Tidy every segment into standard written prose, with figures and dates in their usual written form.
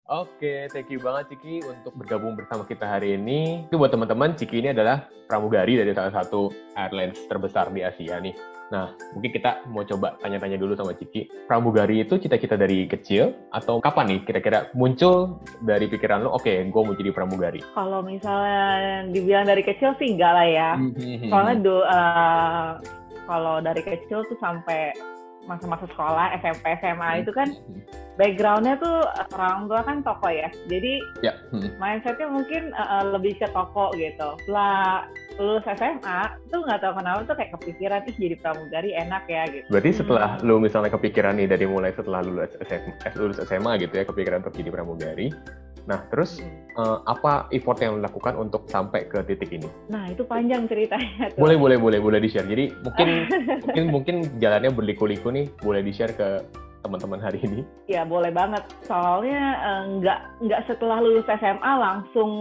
Oke, thank you banget Ciki untuk bergabung bersama kita hari ini. Itu buat teman-teman, Ciki ini adalah pramugari dari salah satu airlines terbesar di Asia nih. Nah, mungkin kita mau coba tanya-tanya dulu sama Ciki. Pramugari itu cita-cita dari kecil atau kapan nih kira-kira muncul dari pikiran lo, oke, gue mau jadi pramugari? Kalau misalnya dibilang dari kecil sih enggak lah ya. Soalnya kalau dari kecil tuh sampai masa-masa sekolah, SMP, SMA itu kan background-nya tuh orang tua kan toko ya. Jadi mindset-nya mungkin lebih ke toko gitu. Setelah lulus SMA tuh nggak tahu kenapa tuh kayak kepikiran jadi pramugari enak ya gitu. Berarti setelah lu misalnya kepikiran nih dari mulai setelah lulus SMA gitu ya, kepikiran untuk jadi pramugari. Nah, terus apa effort yang lu lakukan untuk sampai ke titik ini? Nah, itu panjang ceritanya tuh. Boleh di-share. Jadi mungkin jalannya berliku-liku nih, boleh di-share ke teman-teman hari ini? Ya, boleh banget. Soalnya nggak setelah lulus SMA langsung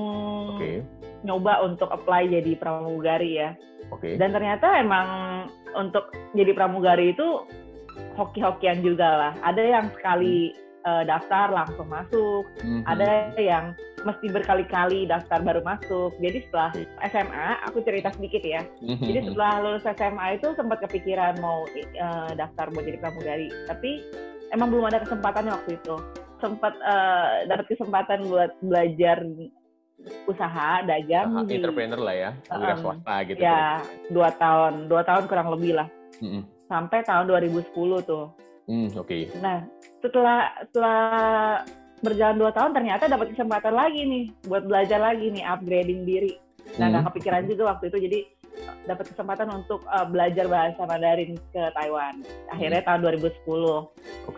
nyoba untuk apply jadi pramugari ya. Dan ternyata emang untuk jadi pramugari itu hoki-hokian juga lah. Ada yang sekali daftar langsung masuk, ada yang mesti berkali-kali daftar baru masuk. Jadi setelah SMA, aku cerita sedikit ya. Jadi setelah lulus SMA itu sempat kepikiran mau daftar mau jadi pramugari, tapi emang belum ada kesempatan waktu itu. Sempat dapat kesempatan buat belajar usaha dagang di entrepreneur lah ya, wira swasta gitu. Ya, 2 tahun kurang lebih lah. Sampai tahun 2010 tuh. Nah, setelah berjalan 2 tahun ternyata dapat kesempatan lagi nih buat belajar lagi nih, upgrading diri. Nah, nggak kepikiran juga waktu itu, jadi dapat kesempatan untuk belajar bahasa Mandarin ke Taiwan. Akhirnya tahun 2010.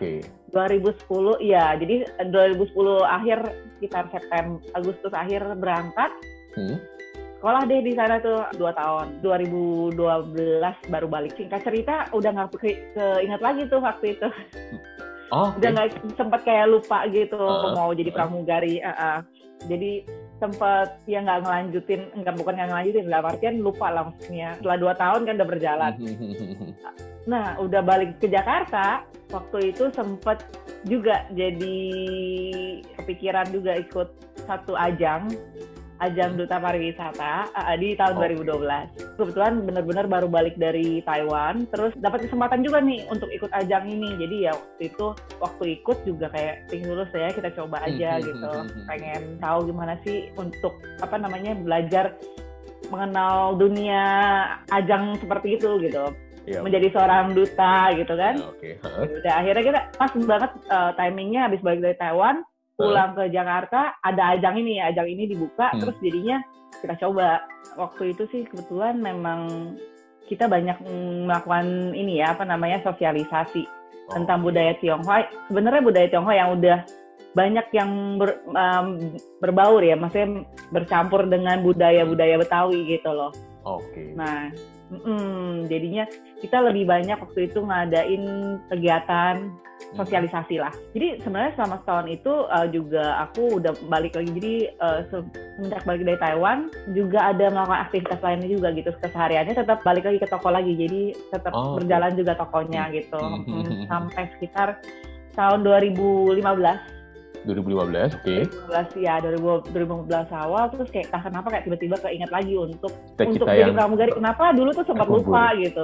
2010, iya. Jadi 2010 akhir, sekitar Agustus akhir berangkat. Sekolah deh di sana tuh 2 tahun. 2012 baru balik. Singkat cerita, udah nggak keinget lagi tuh waktu itu. Udah nggak sempat kayak lupa gitu mau jadi pramugari. Jadi sempat ya nggak ngelanjutin, bukan nggak ngelanjutin, dalam artian lupa lah maksudnya. Setelah 2 tahun kan udah berjalan. Nah, udah balik ke Jakarta, waktu itu sempat juga jadi kepikiran juga ikut satu ajang Duta Pariwisata di tahun 2012. Kebetulan benar-benar baru balik dari Taiwan, terus dapat kesempatan juga nih untuk ikut ajang ini. Jadi ya waktu ikut juga kayak lulus ya, kita coba aja gitu. Pengen tahu gimana sih untuk belajar mengenal dunia ajang seperti itu gitu. Menjadi seorang duta gitu kan. Udah akhirnya kita pas banget timingnya habis balik dari Taiwan, pulang ke Jakarta, ada ajang ini dibuka, terus jadinya kita coba. Waktu itu sih kebetulan memang kita banyak melakukan sosialisasi tentang budaya Tionghoa. Sebenarnya budaya Tionghoa yang udah banyak yang berbaur ya, maksudnya bercampur dengan budaya-budaya Betawi gitu loh. Nah, jadinya kita lebih banyak waktu itu ngadain kegiatan sosialisasi lah. Jadi sebenarnya selama setahun itu juga aku udah balik lagi. Jadi semenjak balik dari Taiwan juga ada melakukan aktivitas lainnya juga gitu. Kesehariannya tetap balik lagi ke toko lagi. Jadi tetap berjalan juga tokonya gitu. Sampai sekitar tahun 2015. 2015, 2015 awal, terus kayak kenapa kayak tiba-tiba keinget lagi untuk jadi pramugari. Kenapa dulu tuh sempat lupa gitu.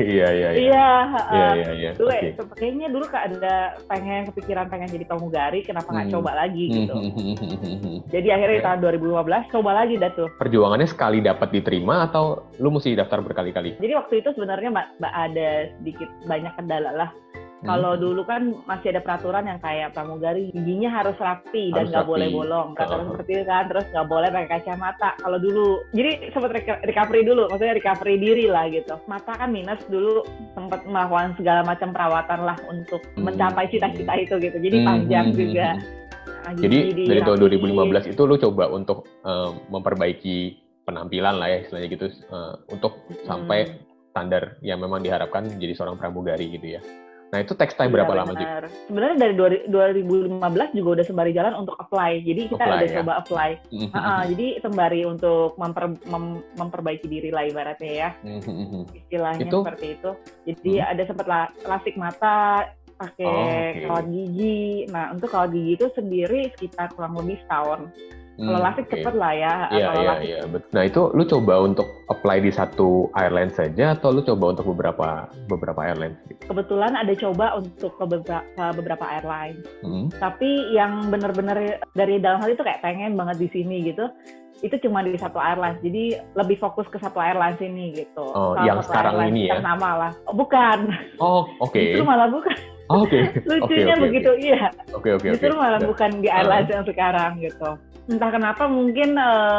Kayaknya dulu ada kepikiran pengen jadi pramugari, kenapa nggak coba lagi gitu. Jadi akhirnya di tahun 2015 coba lagi dah tuh. Perjuangannya sekali dapat diterima atau lu mesti daftar berkali-kali? Jadi waktu itu sebenarnya ada banyak kendala lah. Kalau dulu kan masih ada peraturan yang kayak pramugari giginya harus rapi dan nggak boleh bolong, peraturan seperti itu kan, terus nggak boleh pakai kacamata. Kalau dulu, jadi sempat recovery dulu, maksudnya recovery diri lah gitu. Mata kan minus dulu, sempat melakukan segala macam perawatan lah untuk mencapai cita-cita itu gitu. Jadi panjang juga. Jadi dari tahun 2015 itu lu coba untuk memperbaiki penampilan lah ya, istilahnya gitu, untuk sampai standar yang memang diharapkan menjadi seorang pramugari gitu ya. Nah, itu takes time berapa lama sih? Sebenarnya dari 2015 juga udah sembari jalan untuk apply. Jadi kita udah coba apply. Jadi sembari untuk memperbaiki diri lah ibaratnya ya. Istilahnya itu, seperti itu. Jadi ada sempat lasik mata, pakai kawat gigi. Nah, untuk kawat gigi itu sendiri sekitar kurang lebih setahun. Kalau lasik cepet lah ya. Iya. Nah, itu lu coba untuk apply di satu airline saja atau lu coba untuk beberapa airline? Gitu? Kebetulan ada coba untuk beberapa airline. Tapi yang benar-benar dari dalam hati itu kayak pengen banget di sini gitu. Itu cuma di satu airline. Jadi lebih fokus ke satu airline sini gitu. Oh, yang sekarang ini ya? Ternama lah. Oh, bukan. Oh, oke. Itu malah bukan. Lucunya begitu, iya. Justru malah bukan di airline yang sekarang gitu. Entah kenapa mungkin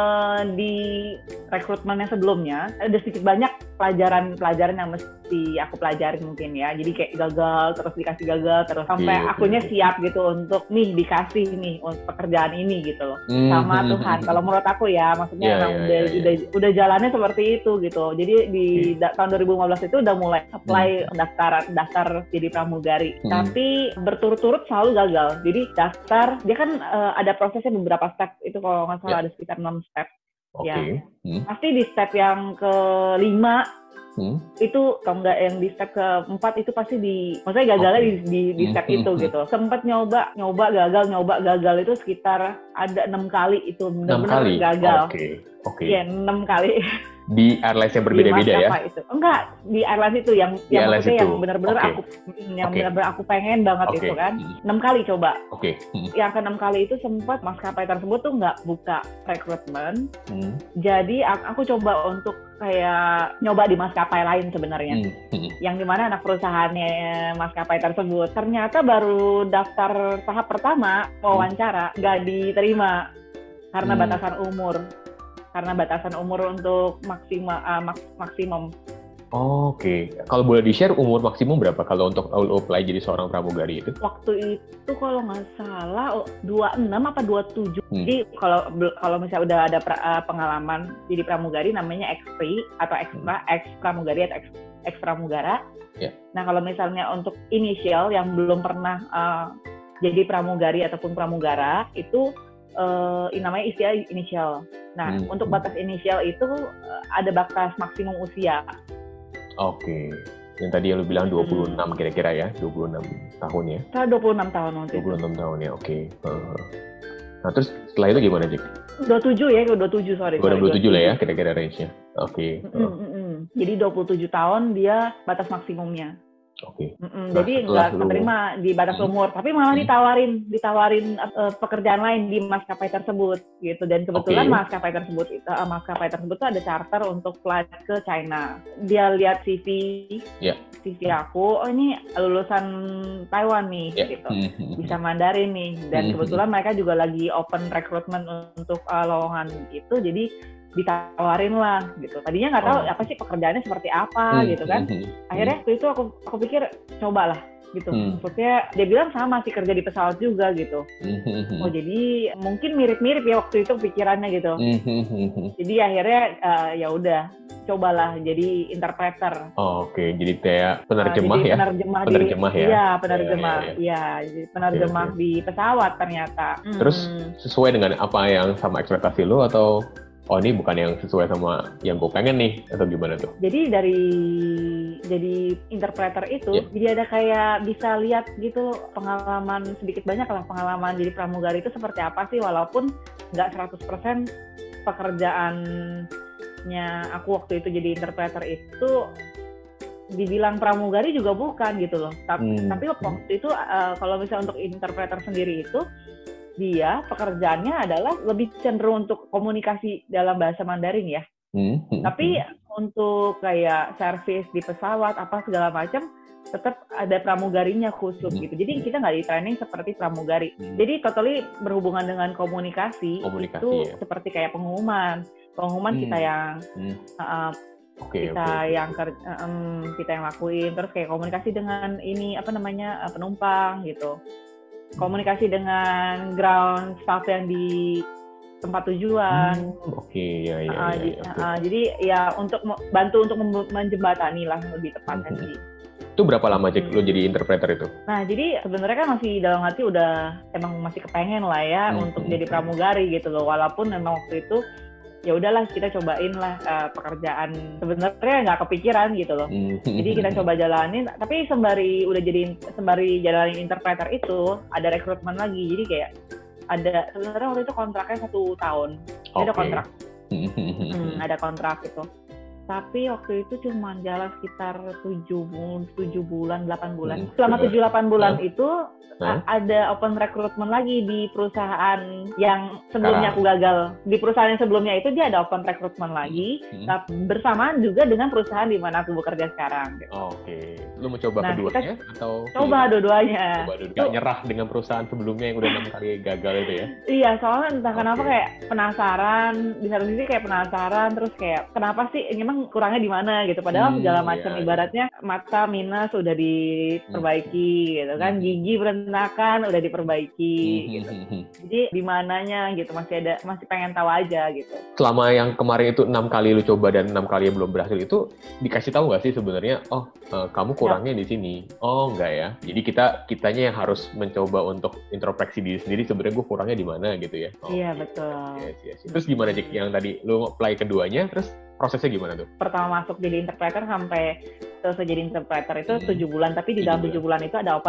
di rekrutmen yang sebelumnya ada sedikit banyak pelajaran yang mesti aku pelajarin mungkin ya. Jadi kayak gagal terus sampai akunya siap gitu untuk nih dikasih nih untuk pekerjaan ini gitu loh. Sama Tuhan. Kalau menurut aku ya, maksudnya udah jalannya seperti itu gitu. Jadi di tahun 2015 itu udah mulai apply daftar jadi pramugari. Tapi berturut-turut selalu gagal. Jadi daftar, dia kan ada prosesnya beberapa step. Itu kalau nggak salah ada sekitar 6 step. Ya. Pasti di step yang ke-5 itu kalau nggak yang di step ke-4 itu pasti maksudnya gagalnya di step itu gitu. Sempat nyoba gagal itu sekitar ada 6 kali itu benar-benar gagal. Iya, 6 kali. Di airlines yang berbeda-beda ya? Itu. Enggak, di airlines itu yang benar-benar benar-benar aku pengen banget itu kan. 6 kali coba. Yang ke-6 kali itu sempat maskapai tersebut tuh nggak buka rekrutmen. Jadi aku coba untuk kayak nyoba di maskapai lain sebenarnya. Yang dimana anak perusahaannya maskapai tersebut. Ternyata baru daftar tahap pertama wawancara nggak diterima karena batasan umur. Karena batasan umur untuk maksimum. Oke. Kalau boleh di-share umur maksimum berapa kalau untuk apply jadi seorang pramugari itu? Waktu itu kalau nggak salah 26 apa 27. Jadi kalau misalnya udah ada pengalaman jadi pramugari namanya ex-pri atau ex-pramugari atau ex-pramugara. Nah, kalau misalnya untuk inisial yang belum pernah jadi pramugari ataupun pramugara itu namanya istilah inisial. Nah, untuk batas inisial itu ada batas maksimum usia. Yang tadi yang lu bilang 26 kira-kira ya, 26 tahun ya? 26 tahun waktu 26 tahun ya, Nah, terus setelah itu gimana, Jack? 27 sorry. 27 lah ya kira-kira range-nya. Jadi 27 tahun dia batas maksimumnya. Jadi nggak keterima di batas umur, tapi malah ditawarin pekerjaan lain di maskapai tersebut gitu. Dan kebetulan maskapai tersebut tuh ada charter untuk flight ke China. Dia lihat CV aku, ini lulusan Taiwan nih gitu, bisa Mandarin nih. Dan kebetulan mereka juga lagi open recruitment untuk lowongan itu, jadi ditawarin lah gitu. Tadinya nggak tahu apa sih pekerjaannya seperti apa gitu kan. Akhirnya waktu itu aku pikir cobalah gitu. Maksudnya dia bilang sama sih kerja di pesawat juga gitu. Jadi mungkin mirip-mirip ya waktu itu pikirannya gitu. Jadi akhirnya ya udah cobalah jadi interpreter. Jadi kayak penerjemah ya. Penerjemah ya. Iya, penerjemah. Iya, penerjemah di pesawat ternyata. Terus sesuai dengan apa yang sama ekspektasi lu atau ini bukan yang sesuai sama yang gue pengen nih, atau gimana tuh? Jadi jadi interpreter itu, jadi ada kayak bisa lihat gitu pengalaman, sedikit banyak lah pengalaman jadi pramugari itu seperti apa sih, walaupun nggak 100% pekerjaannya aku waktu itu jadi interpreter itu dibilang pramugari juga bukan gitu loh. Tapi waktu itu kalau misalnya untuk interpreter sendiri itu, dia pekerjaannya adalah lebih cenderung untuk komunikasi dalam bahasa Mandarin ya. Tapi untuk kayak servis di pesawat apa segala macam tetap ada pramugarinya khusus gitu. Jadi kita nggak di training seperti pramugari. Jadi totally berhubungan dengan komunikasi itu seperti kayak pengumuman kita yang kita yang lakuin, terus kayak komunikasi dengan penumpang gitu. Komunikasi dengan ground staff yang di tempat tujuan. Jadi ya untuk bantu untuk menjembatani lah lebih tepatnya sih. Itu berapa lama Jack lo jadi interpreter itu? Nah, jadi sebenarnya kan masih dalam hati udah emang masih kepengen lah ya untuk jadi pramugari gitu loh. Walaupun memang waktu itu ya udahlah kita cobain lah pekerjaan sebenarnya nggak kepikiran gitu loh. Jadi kita coba jalanin, tapi sembari jalanin interpreter itu ada rekrutmen lagi. Jadi kayak ada sebenarnya waktu itu kontraknya 1 tahun. Jadi ada kontrak. Ada kontrak itu. Tapi waktu itu cuma jalan sekitar 7 bulan, 8 bulan. Selama 7-8 bulan itu ada open recruitment lagi di perusahaan yang sebelumnya aku gagal. Di perusahaan yang sebelumnya itu dia ada open recruitment lagi, bersamaan juga dengan perusahaan di mana aku bekerja sekarang. Gitu. Oke. Lu mau coba keduanya atau? Coba dua-duanya. Gak nyerah dengan perusahaan sebelumnya yang udah 6 kali gagal itu ya? Iya, soalnya entah kenapa kayak penasaran, di satu sisi kayak penasaran, terus kayak kenapa sih memang kurangnya di mana gitu. Padahal segala macam ibaratnya mata minus udah diperbaiki gitu kan, gigi berantakan udah diperbaiki gitu. Jadi di mananya gitu masih pengen tahu aja gitu. Selama yang kemarin itu 6 kali lu coba dan 6 kali belum berhasil itu dikasih tahu nggak sih sebenarnya kamu kurangnya di sini? Oh enggak ya. Jadi kitanya yang harus mencoba untuk introspeksi diri sendiri sebenarnya gue kurangnya di mana gitu ya. Iya betul. Yes. Terus gimana Cik yang tadi lu apply keduanya terus prosesnya gimana tuh? Pertama masuk jadi interpreter sampai selesai jadi interpreter itu 7 bulan, tapi di dalam 7 bulan itu ada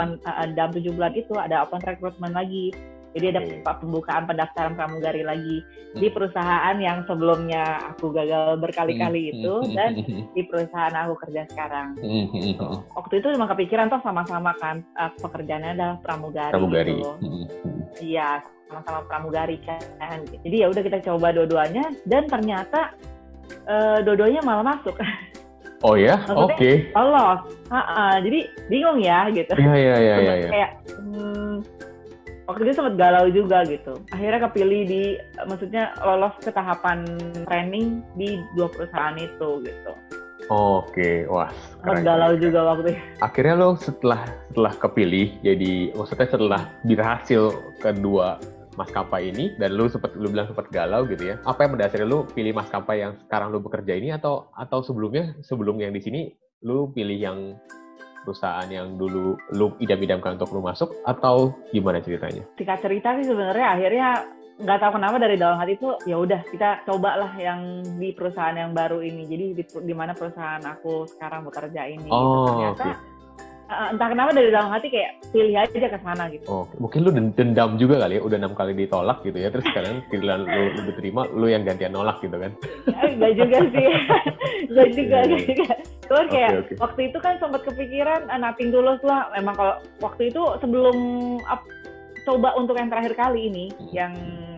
open recruitment lagi. Jadi ada pembukaan pendaftaran pramugari lagi di perusahaan yang sebelumnya aku gagal berkali-kali itu dan di perusahaan aku kerja sekarang. Waktu itu cuma kepikiran sama-sama kan pekerjaannya adalah pramugari. Gitu. Iya, sama-sama pramugari kan. Jadi ya udah kita coba dua-duanya dan ternyata dua-duanya malah masuk. Oh ya? Oke. Lolos. Jadi bingung ya gitu. Iya. Kayak waktu itu sempat galau juga gitu. Akhirnya kepilih maksudnya lolos ke tahapan training di 2 perusahaan itu gitu. Oke, wah. Sempat galau juga waktu itu. Akhirnya lo setelah kepilih, jadi maksudnya setelah berhasil kedua maskapai ini dan lu bilang sempat galau gitu ya. Apa yang mendasari lu pilih maskapai yang sekarang lu bekerja ini atau sebelum yang di sini lu pilih yang perusahaan yang dulu lu idam-idamkan untuk lu masuk atau gimana ceritanya? Singkat cerita sih sebenarnya akhirnya nggak tahu kenapa dari dalam hati itu ya udah kita cobalah yang di perusahaan yang baru ini. Jadi di mana perusahaan aku sekarang bekerja ini. Ternyata entah kenapa dari dalam hati kayak pilih aja ke sana gitu. Mungkin lu dendam juga kali ya, udah 6 kali ditolak gitu ya, terus sekarang giliran lu diterima, lu yang gantian nolak gitu kan? Gak juga sih, gak juga. Cuman kayak waktu itu kan sempat kepikiran nothing tulus lah. Memang kalau waktu itu sebelum coba untuk yang terakhir kali ini, yang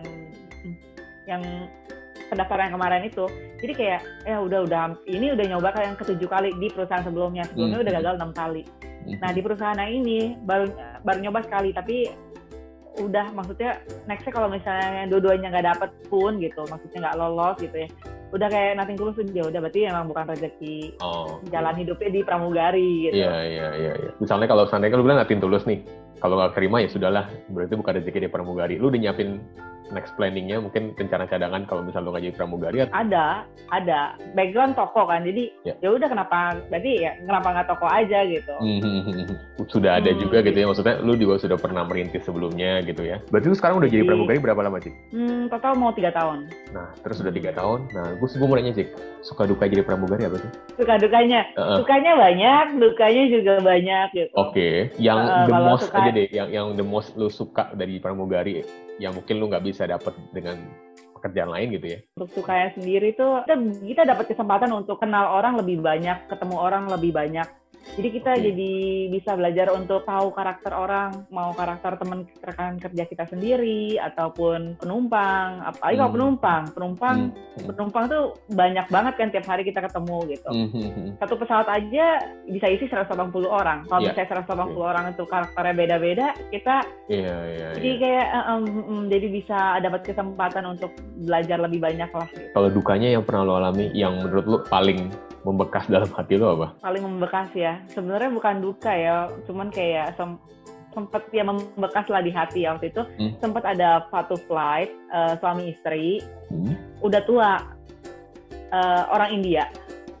pendaftaran yang kemarin itu, jadi kayak ya udah ini udah nyoba yang ke-7 kali di perusahaan sebelumnya udah gagal 6 kali. Nah di perusahaan ini baru nyoba sekali, tapi udah maksudnya nextnya kalau misalnya dua-duanya nggak dapet pun gitu, maksudnya nggak lolos gitu ya, udah kayak nothing tulus udah berarti emang bukan rezeki jalan hidupnya di pramugari gitu. Iya. Misalnya kalau seandainya lu bilang nothing tulus nih, kalau nggak terima ya sudahlah, berarti bukan rezeki di pramugari. Lu udah nyiapin next planning-nya mungkin rencana cadangan kalau misalnya lu nggak jadi pramugari? Ada background toko kan, jadi ya udah kenapa nggak toko aja gitu. Sudah ada juga gitu ya, maksudnya lu juga sudah pernah merintis sebelumnya gitu ya. Berarti lu sekarang udah jadi pramugari berapa lama Cik? Total mau 3 tahun. Nah terus udah 3 tahun, nah gue mau nanya Cik, suka duka jadi pramugari apa sih? Suka dukanya, sukanya banyak, dukanya juga banyak gitu. Oke. Yang the most aja deh, yang the most lu suka dari pramugari yang mungkin lu nggak bisa dapat dengan pekerjaan lain gitu ya. Untuk sukanya sendiri tuh kita dapat kesempatan untuk kenal orang lebih banyak, ketemu orang lebih banyak. Jadi kita jadi bisa belajar untuk tahu karakter orang, mau karakter teman rekan kerja kita sendiri ataupun penumpang. Apalagi kalau penumpang tuh banyak banget kan tiap hari kita ketemu gitu. Satu pesawat aja bisa isi 180 orang. Kalau misalnya 180 orang itu karakternya beda-beda, kita jadi kayak jadi bisa dapat kesempatan untuk belajar lebih banyak lah. Gitu. Kalau dukanya yang pernah lo alami, yang menurut lo paling membekas dalam hati lo apa? Paling membekas ya, sebenarnya bukan duka ya, cuman kayak sempat ya membekas lah di hati ya waktu itu. Sempat ada satu flight suami istri, udah tua, orang India.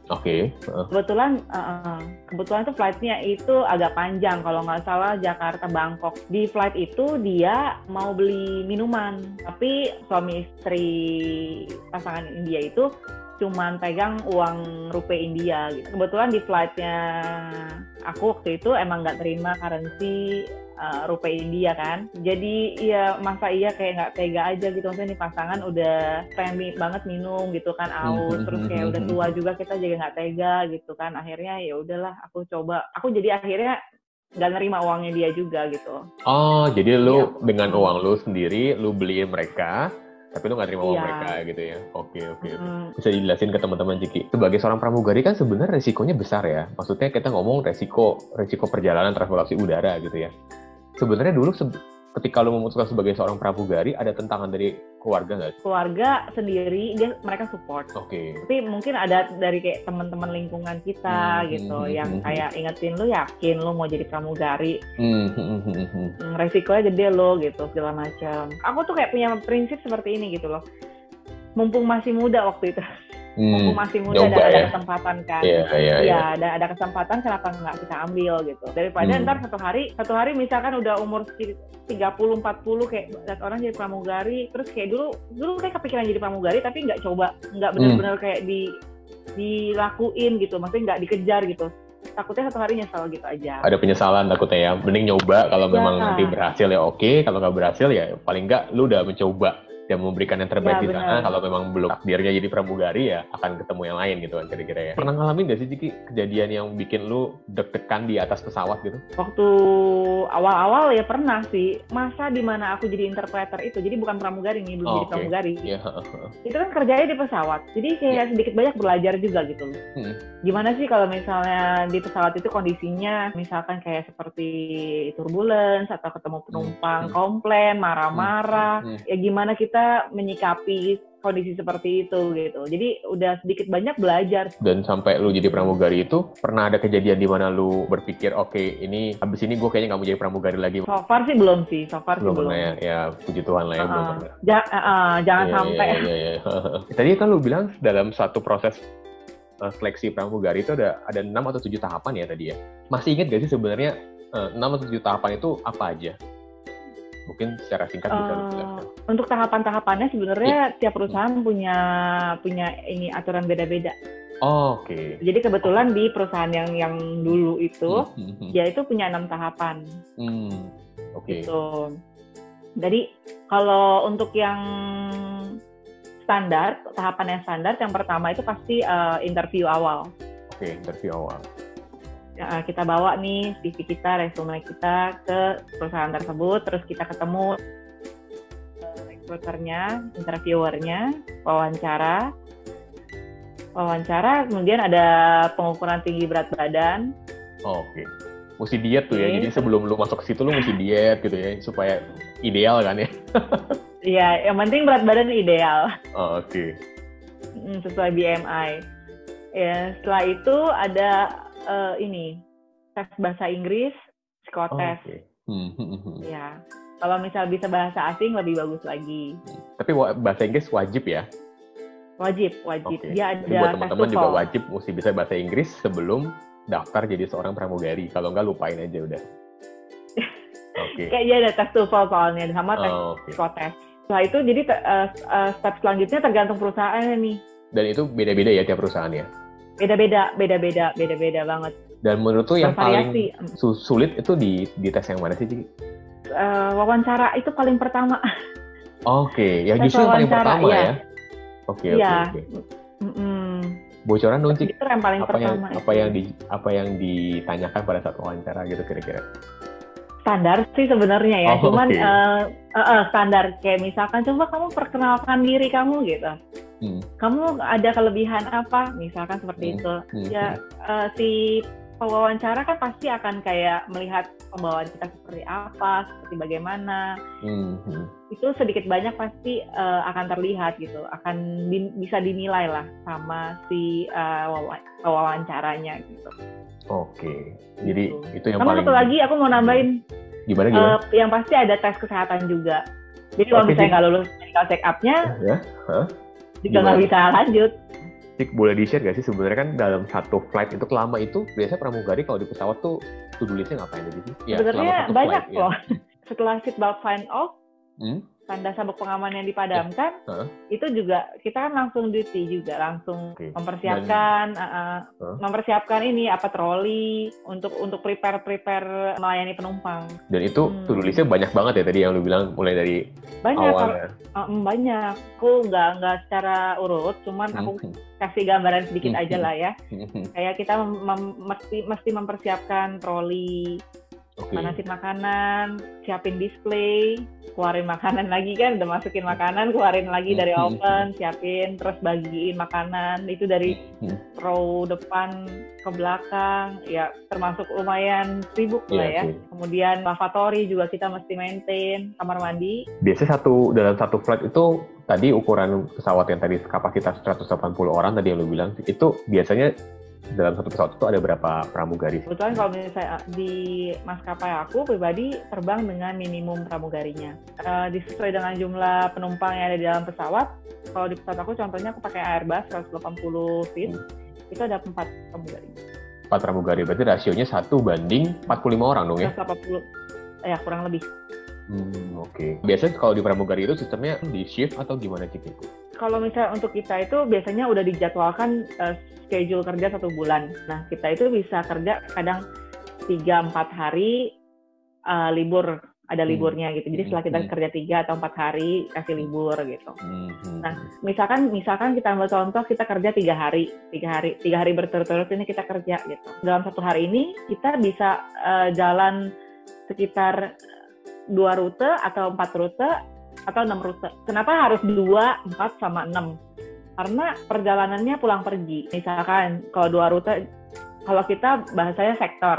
Oke. Kebetulan tuh flightnya itu agak panjang, kalau nggak salah Jakarta Bangkok. Di flight itu dia mau beli minuman, tapi suami istri pasangan India itu cuman pegang uang rupiah India gitu. Kebetulan di flightnya aku waktu itu emang nggak terima currency rupiah India kan. Jadi ya masa iya kayak nggak tega aja gitu. Maksudnya nih pasangan udah pengen banget minum gitu kan, aus, terus kayak udah tua juga, kita juga nggak tega gitu kan. Akhirnya ya udahlah aku coba. Aku jadi akhirnya nggak nerima uangnya dia juga gitu. Oh, jadi lu dengan uang lu sendiri lu beliin mereka, tapi lu nggak terima uang mereka gitu ya. Oke. Bisa dijelasin ke teman-teman Ciki. Sebagai seorang pramugari kan sebenarnya resikonya besar ya. Maksudnya kita ngomong resiko perjalanan transportasi udara gitu ya. Sebenarnya dulu ketika lu memutuskan sebagai seorang pramugari, ada tentangan dari keluarga nggak? Keluarga sendiri mereka support. Oke. Tapi mungkin ada dari kayak teman-teman lingkungan kita gitu yang kayak ingetin lu, yakin lu mau jadi pramugari. Resikonya gede lo gitu segala macam. Aku tuh kayak punya prinsip seperti ini gitu loh. Mumpung masih muda waktu itu. Mumpung masih muda dan ada kesempatan kan. Iya, dan ada kesempatan, kenapa nggak kita ambil gitu. Daripada ntar satu hari misalkan udah umur 30-40 kayak lihat orang jadi pramugari, terus kayak dulu kayak kepikiran jadi pramugari tapi nggak benar-benar kayak dilakuin gitu, maksudnya nggak dikejar gitu. Takutnya satu hari nyesal gitu aja. Ada penyesalan takutnya ya. Mending nyoba, kalau memang nanti berhasil ya oke, kalau nggak berhasil ya paling nggak lu udah mencoba dan memberikan yang terbaik di sana. Kalau memang belum takdirnya jadi pramugari ya akan ketemu yang lain gitu kan kira-kira ya. Pernah ngalamin nggak sih Ciki kejadian yang bikin lu deg-degan di atas pesawat gitu? Waktu awal-awal ya pernah sih. Masa dimana aku jadi interpreter itu, jadi bukan pramugari nih, belum jadi pramugari. Itu kan kerjanya di pesawat, jadi kayak sedikit banyak belajar juga gitu loh. Gimana sih kalau misalnya di pesawat itu kondisinya misalkan kayak seperti turbulence atau ketemu penumpang komplain, marah-marah, ya gimana kita menyikapi kondisi seperti itu gitu. Jadi udah sedikit banyak belajar. Dan sampai lu jadi pramugari itu, pernah ada kejadian di mana lu berpikir, oke, ini abis ini gue kayaknya nggak mau jadi pramugari lagi? So far sih belum. Ya puji Tuhan lah ya, belum pernah. Jangan sampai. Tadi kan lu bilang dalam satu proses seleksi pramugari itu ada 6 atau 7 tahapan ya tadi ya. Masih ingat gak sih sebenarnya 6 atau 7 tahapan itu apa aja? Mungkin secara singkat bisa dijelaskan. Untuk tahapan-tahapannya sebenarnya tiap perusahaan punya ini aturan beda-beda. Oke. Jadi kebetulan di perusahaan yang dulu itu dia itu punya 6 tahapan. Oke. Gitu. Jadi kalau untuk yang standar, tahapan yang standar yang pertama itu pasti interview awal. Oke, interview awal. Kita bawa nih CV kita, resume kita ke perusahaan tersebut, terus kita ketemu recruiternya, interviewernya, wawancara, kemudian ada pengukuran tinggi berat badan. Oke. Mesti diet tuh ya, jadi sebelum lu masuk ke situ lu mesti diet gitu ya, supaya ideal kan ya? Iya, yang penting berat badan ideal. Oke. Sesuai BMI. Ya, setelah itu ada tes bahasa Inggris, psikotes. Ya, kalau misal bisa bahasa asing lebih bagus lagi. Tapi bahasa Inggris wajib ya? Wajib. Okay. Dia ada buat teman-teman juga wajib mesti bisa bahasa Inggris sebelum daftar jadi seorang pramugari. Kalau nggak lupain aja udah. Kayak dia ada tes TOEFL soalnya sama tes psikotes. Setelah itu jadi step selanjutnya tergantung perusahaannya nih. Dan itu beda-beda ya tiap perusahaan ya? Beda-beda banget. Dan menurut tuh yang paling sulit itu di tes yang mana sih, Ciki? Wawancara itu paling pertama. Oke, ya justru yang paling pertama ya? Oke. Bocoran dong, Cik. Itu yang paling pertama. Apa yang ditanyakan pada saat wawancara gitu kira-kira? Standar sih sebenarnya ya, cuman standar kayak misalkan coba kamu perkenalkan diri kamu gitu. Kamu ada kelebihan apa? Misalkan seperti itu. Ya si pewawancara kan pasti akan kayak melihat pembawaan kita seperti apa, seperti bagaimana. Itu sedikit banyak pasti akan terlihat gitu, akan bisa dinilai lah sama si wawancaranya gitu. Oke, jadi itu yang paling. Sama satu lagi aku mau nambahin. Gimana? Yang pasti ada tes kesehatan juga. Jadi kalau misalnya nggak lulus medical check up-nya, juga nggak bisa lanjut. Cik, boleh di-share nggak sih sebenarnya kan dalam satu flight itu lama itu biasanya pramugari kalau di pesawat tuh to-do list-nya ngapain aja sih? Ya, sebenarnya banyak flight, loh. Ya. Setelah seatbelt sign off, tanda sabuk pengaman yang dipadamkan, itu juga kita kan langsung duty juga, langsung mempersiapkan, mempersiapkan ini apa troli untuk prepare melayani penumpang. Dan itu to-do list-nya banyak banget ya tadi yang lu bilang mulai dari awalnya. Banyak. Aku nggak secara urut, cuman aku kasih gambaran sedikit aja lah ya. Kayak kita mesti mempersiapkan troli. Manasin makanan, siapin display, keluarin makanan lagi kan, udah masukin makanan, keluarin lagi dari oven, siapin, terus bagiin makanan, itu dari row depan ke belakang, ya termasuk lumayan sibuk lah ya. Kemudian lavatory juga kita mesti maintain, kamar mandi. Biasanya dalam satu flight itu, tadi ukuran pesawat yang tadi kapasitas 180 orang tadi yang lu bilang, itu biasanya dalam satu pesawat itu ada berapa pramugari? Kebetulan kalau misalnya di maskapai aku pribadi terbang dengan minimum pramugarinya. Disesuai dengan jumlah penumpang yang ada di dalam pesawat. Kalau di pesawat aku contohnya aku pakai Airbus 180 feet, itu ada 4 pramugari. 4 pramugari, berarti rasionya 1:45 orang dong ya? 180, ya kurang lebih. Oke. Biasanya kalau di pramugari itu sistemnya di shift atau gimana Cik? Kalau misalnya untuk kita itu biasanya udah dijadwalkan schedule kerja 1 bulan. Nah, kita itu bisa kerja kadang 3-4 hari libur, ada liburnya gitu. Jadi setelah kita kerja 3 atau 4 hari kasih libur gitu. Nah, misalkan kita ambil contoh kita kerja 3 hari berturut-turut ini kita kerja gitu. Dalam 1 hari ini kita bisa jalan sekitar 2 rute atau 4 rute atau 6 rute. Kenapa harus 2, 4, sama 6? Karena perjalanannya pulang pergi. Misalkan kalau 2 rute, kalau kita bahasanya sektor.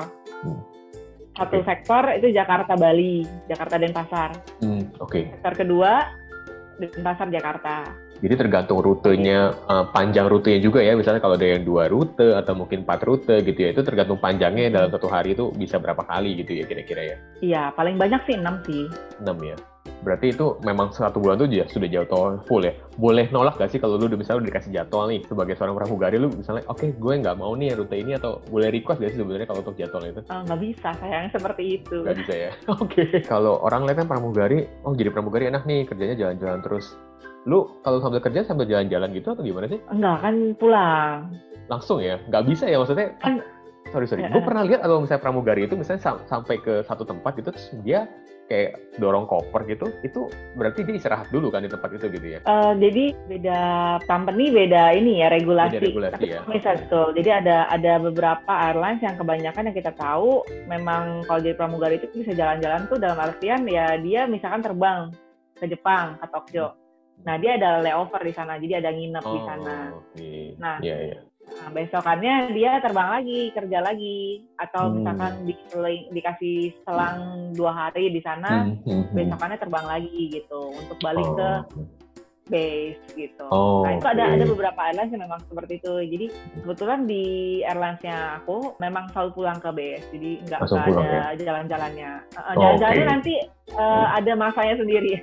Satu sektor itu Jakarta-Bali, Jakarta-Denpasar. Sektor kedua, Denpasar-Jakarta. Jadi tergantung rutenya, panjang rutenya juga ya. Misalnya kalau ada yang 2 rute atau mungkin 4 rute gitu ya, itu tergantung panjangnya dalam 1 hari itu bisa berapa kali gitu ya kira-kira ya? Iya, paling banyak sih 6 sih. 6 ya? Berarti itu memang 1 bulan tuh sudah jadwal full ya? Boleh nolak gak sih kalau lu misalnya udah dikasih jadwal nih sebagai seorang pramugari, lu misalnya oke, gue nggak mau nih rute ini, atau boleh request gak sih sebenarnya kalau untuk jadwal itu? Nggak bisa, sayang seperti itu. Nggak bisa ya? Oke. Kalau orang lihat kan pramugari, jadi pramugari enak nih, kerjanya jalan-jalan terus. Lu kalau sambil kerja sambil jalan-jalan gitu atau gimana sih? Enggak, kan pulang. Langsung ya? Nggak bisa ya maksudnya? Kan, sorry. Gue pernah lihat kalau misalnya pramugari itu misalnya sampai ke satu tempat gitu, terus dia kayak dorong koper gitu, itu berarti dia istirahat dulu kan di tempat itu gitu ya? Jadi beda company, beda ini ya, regulasi. Beda regulasi ya? Misal betul. Jadi ada beberapa airlines yang kebanyakan yang kita tahu, memang kalau jadi pramugari itu bisa jalan-jalan tuh dalam artian ya dia misalkan terbang ke Jepang, ke Tokyo. Nah, dia ada layover di sana, jadi ada nginep di sana. Nah, nah, besokannya dia terbang lagi, kerja lagi, atau misalkan dikasih selang 2 hari di sana, besokannya terbang lagi gitu untuk balik ke base gitu. Nah, itu ada beberapa airlines yang memang seperti itu. Jadi kebetulan di airlines-nya aku memang selalu pulang ke base, jadi nggak ada jalan-jalannya. Jalan-jalannya nanti ada masanya sendiri.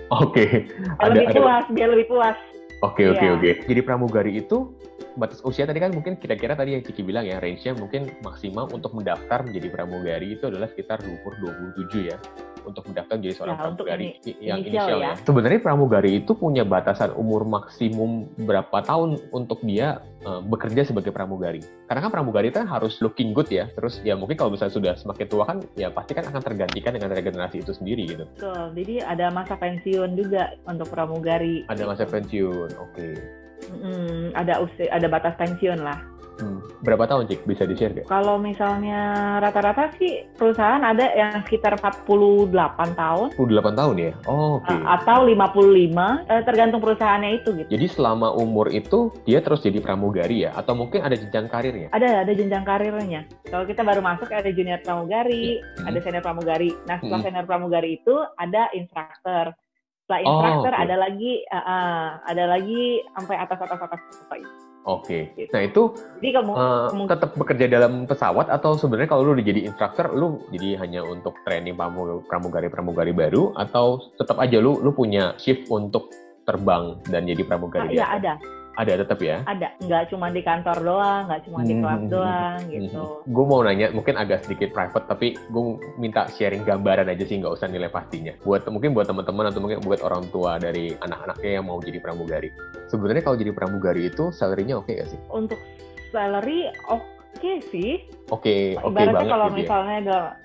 Biar lebih puas. Oke. Jadi pramugari itu batas usia tadi kan mungkin kira-kira tadi yang Ciki bilang ya, range-nya mungkin maksimal untuk mendaftar menjadi pramugari itu adalah sekitar umur 27 ya. Untuk mendaftar menjadi seorang pramugari yang inisial ya. Sebenarnya pramugari itu punya batasan umur maksimum berapa tahun untuk dia bekerja sebagai pramugari? Karena kan pramugari itu harus looking good ya. Terus ya mungkin kalau misalnya sudah semakin tua kan ya pasti kan akan tergantikan dengan regenerasi itu sendiri gitu. Betul. Jadi ada masa pensiun juga untuk pramugari. Ada masa pensiun, oke. Ada batas pensiun lah. Berapa tahun, Cik? Bisa di-share nggak? Kalau misalnya rata-rata sih perusahaan ada yang sekitar 48 tahun. 48 tahun ya? Atau 55, tergantung perusahaannya itu gitu. Jadi selama umur itu dia terus jadi pramugari ya? Atau mungkin ada jenjang karirnya? Ada jenjang karirnya. Kalau kita baru masuk ada junior pramugari, ada senior pramugari. Nah, setelah senior pramugari itu ada instruktur. Setelah instruktur ada lagi sampai atas itu. Oke. Nah itu jadi kamu tetap bekerja dalam pesawat atau sebenarnya kalau lu udah jadi instruktur, lu jadi hanya untuk training pramugari baru, atau tetap aja lu punya shift untuk terbang dan jadi pramugari? Iya, Ada tetap ya? Ada, nggak cuma di kantor doang, nggak cuma di kelas doang gitu. Gue mau nanya, mungkin agak sedikit private, tapi gue minta sharing gambaran aja sih, nggak usah nilai pastinya. Mungkin buat teman-teman atau mungkin buat orang tua dari anak-anaknya yang mau jadi pramugari. Sebenarnya kalau jadi pramugari itu salary-nya oke nggak sih? Untuk salary oke sih. Oke banget. Ibaratnya kalau gitu misalnya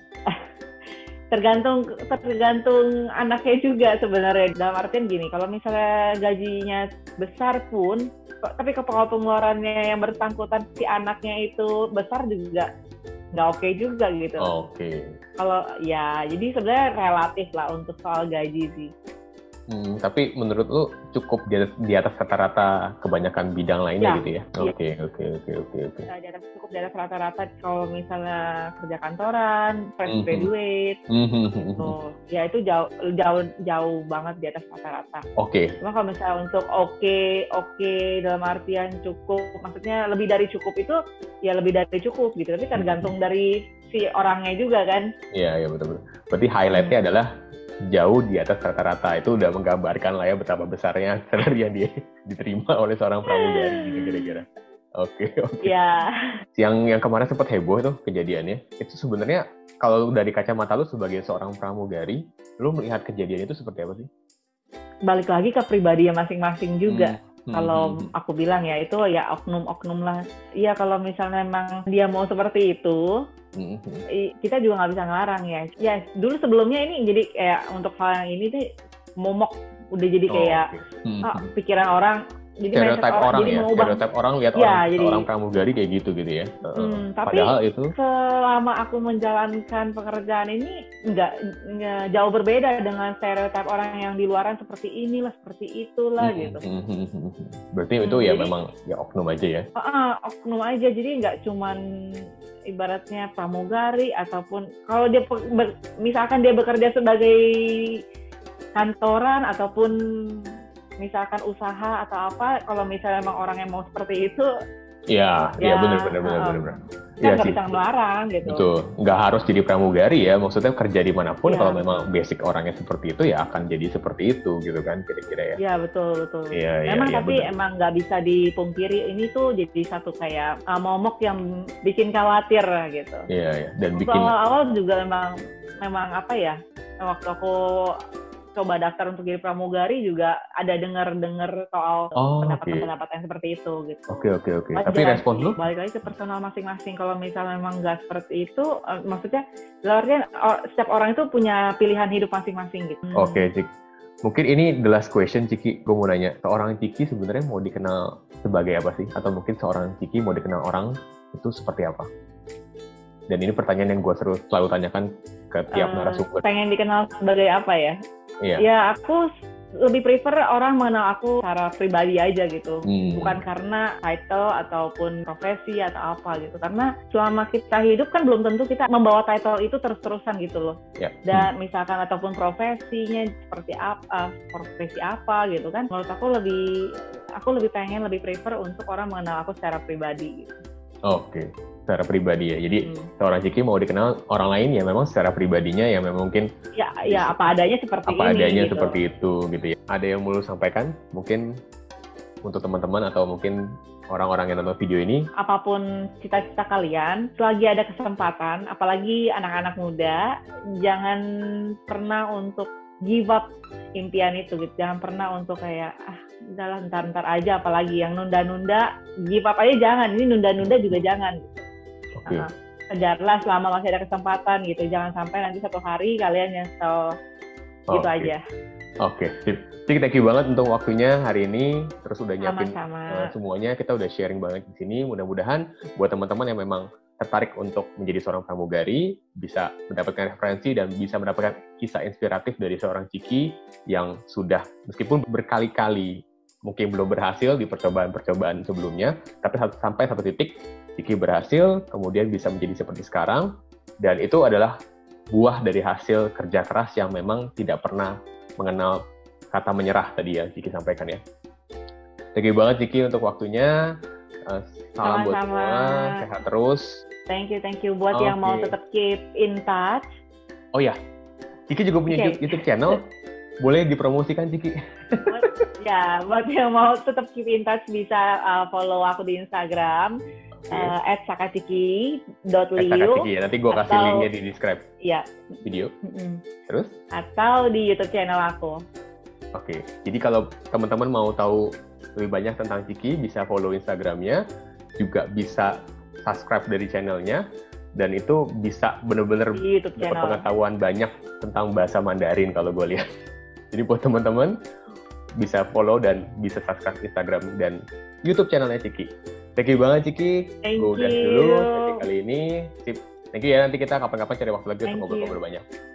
tergantung anaknya juga sebenarnya. Dalam artian gini, kalau misalnya gajinya besar pun, tapi kalau pengeluarannya yang bersangkutan si anaknya itu besar juga nggak oke juga gitu. Oke. Kalau ya, jadi sebenarnya relatif lah untuk soal gaji sih. Tapi menurut lu cukup di atas rata-rata kebanyakan bidang lainnya gitu ya? Oke. Cukup di atas rata-rata kalau misalnya kerja kantoran, fresh graduate, gitu. Ya itu jauh banget di atas rata-rata. Oke. Cuma kalau misalnya untuk oke dalam artian cukup, maksudnya lebih dari cukup itu ya lebih dari cukup gitu. Tapi tergantung dari si orangnya juga kan. Iya betul. Berarti highlight-nya adalah jauh di atas rata-rata. Itu udah menggambarkan lah ya betapa besarnya salary yang diterima oleh seorang pramugari gitu kira-kira. Oke. Ya. Yang kemarin sempat heboh tuh kejadiannya. Itu sebenarnya kalau dari kacamata lu sebagai seorang pramugari, lu melihat kejadian itu seperti apa sih? Balik lagi ke pribadinya masing-masing juga. Kalau aku bilang ya itu ya oknum-oknum lah. Iya kalau misalnya memang dia mau seperti itu, kita juga nggak bisa ngelarang ya. Ya dulu sebelumnya ini jadi kayak untuk hal yang ini tuh momok udah jadi kayak pikiran orang. Jadi stereotip orang jadi ya, stereotip orang lihat orang pramugari kayak gitu ya. Tapi padahal itu selama aku menjalankan pekerjaan ini nggak jauh berbeda dengan stereotip orang yang di luaran seperti inilah, seperti itulah gitu. Berarti itu ya memang ya oknum aja ya? Oknum aja, jadi nggak cuman ibaratnya pramugari ataupun kalau dia misalkan dia bekerja sebagai kantoran ataupun misalkan usaha atau apa, kalau misalnya memang orang yang mau seperti itu, ya benar. Ya nggak bisa melarang gitu. Betul, nggak harus jadi pramugari ya, maksudnya kerja dimanapun kalau memang basic orangnya seperti itu ya akan jadi seperti itu gitu kan kira-kira ya. Iya betul. Memang tapi bener. Emang nggak bisa dipungkiri ini tuh jadi satu kayak momok yang bikin khawatir gitu. Iya. Dan bikin awal-awal juga memang apa ya, waktu aku coba daftar untuk jadi pramugari juga ada dengar soal pendapat yang seperti itu gitu. Oke. Tapi respon lu? Balik lagi ke personal masing-masing. Kalau misalnya memang nggak seperti itu, maksudnya setiap orang itu punya pilihan hidup masing-masing gitu. Oke, Cik. Mungkin ini the last question, Ciki. Gue mau nanya, seorang Ciki sebenarnya mau dikenal sebagai apa sih? Atau mungkin seorang Ciki mau dikenal orang itu seperti apa? Dan ini pertanyaan yang gue selalu tanyakan ke tiap narasumber. Pengen dikenal sebagai apa ya? Iya. Ya aku lebih prefer orang mengenal aku secara pribadi aja gitu, bukan karena title ataupun profesi atau apa gitu. Karena selama kita hidup kan belum tentu kita membawa title itu terus-terusan gitu loh. Dan misalkan ataupun profesinya seperti apa, profesi apa gitu kan. Menurut aku lebih prefer untuk orang mengenal aku secara pribadi gitu. Oke. Secara pribadi ya, jadi seorang Ciki mau dikenal orang lain ya memang secara pribadinya ya memang mungkin ya apa adanya seperti itu gitu ya. Ada yang mau lu sampaikan mungkin untuk teman-teman atau mungkin orang-orang yang nonton video ini? Apapun cita-cita kalian, selagi ada kesempatan, apalagi anak-anak muda, jangan pernah untuk give up impian itu gitu. Jangan pernah untuk kayak udahlah ntar aja, apalagi yang nunda-nunda, give up aja jangan. Ini nunda-nunda juga jangan. Kejarlah selama masih ada kesempatan gitu, jangan sampai nanti satu hari kalian nyesel gitu aja. Oke. Cik, thank you banget untuk waktunya hari ini, terus udah nyiapin semuanya, kita udah sharing banget di sini. Mudah-mudahan buat teman-teman yang memang tertarik untuk menjadi seorang pramugari bisa mendapatkan referensi dan bisa mendapatkan kisah inspiratif dari seorang Ciki yang sudah meskipun berkali-kali mungkin belum berhasil di percobaan-percobaan sebelumnya, tapi sampai satu titik Ciki berhasil, kemudian bisa menjadi seperti sekarang, dan itu adalah buah dari hasil kerja keras yang memang tidak pernah mengenal kata menyerah tadi ya Ciki sampaikan ya. Thank you banget Ciki untuk waktunya. Salam buat semua, sehat terus. Thank you buat yang mau tetap keep in touch. Oh ya, Ciki juga punya YouTube channel. Boleh dipromosikan Ciki? Ya, buat yang mau tetap keep in touch bisa follow aku di Instagram @sakaciki.liu. Ya. Nanti gue kasih linknya di describe video. Terus? Atau di YouTube channel aku. Oke, jadi kalau teman-teman mau tahu lebih banyak tentang Ciki, bisa follow Instagramnya, juga bisa subscribe dari channelnya, dan itu bisa benar-benar dapat pengetahuan banyak tentang bahasa Mandarin kalau gue lihat. Jadi buat teman-teman bisa follow dan bisa subscribe Instagram dan YouTube channelnya Ciki. Thank you banget Ciki. Gue udah dulu sesi kali ini. Sip. Thank you ya. Nanti kita kapan-kapan cari waktu lagi untuk ngobrol-ngobrol banyak.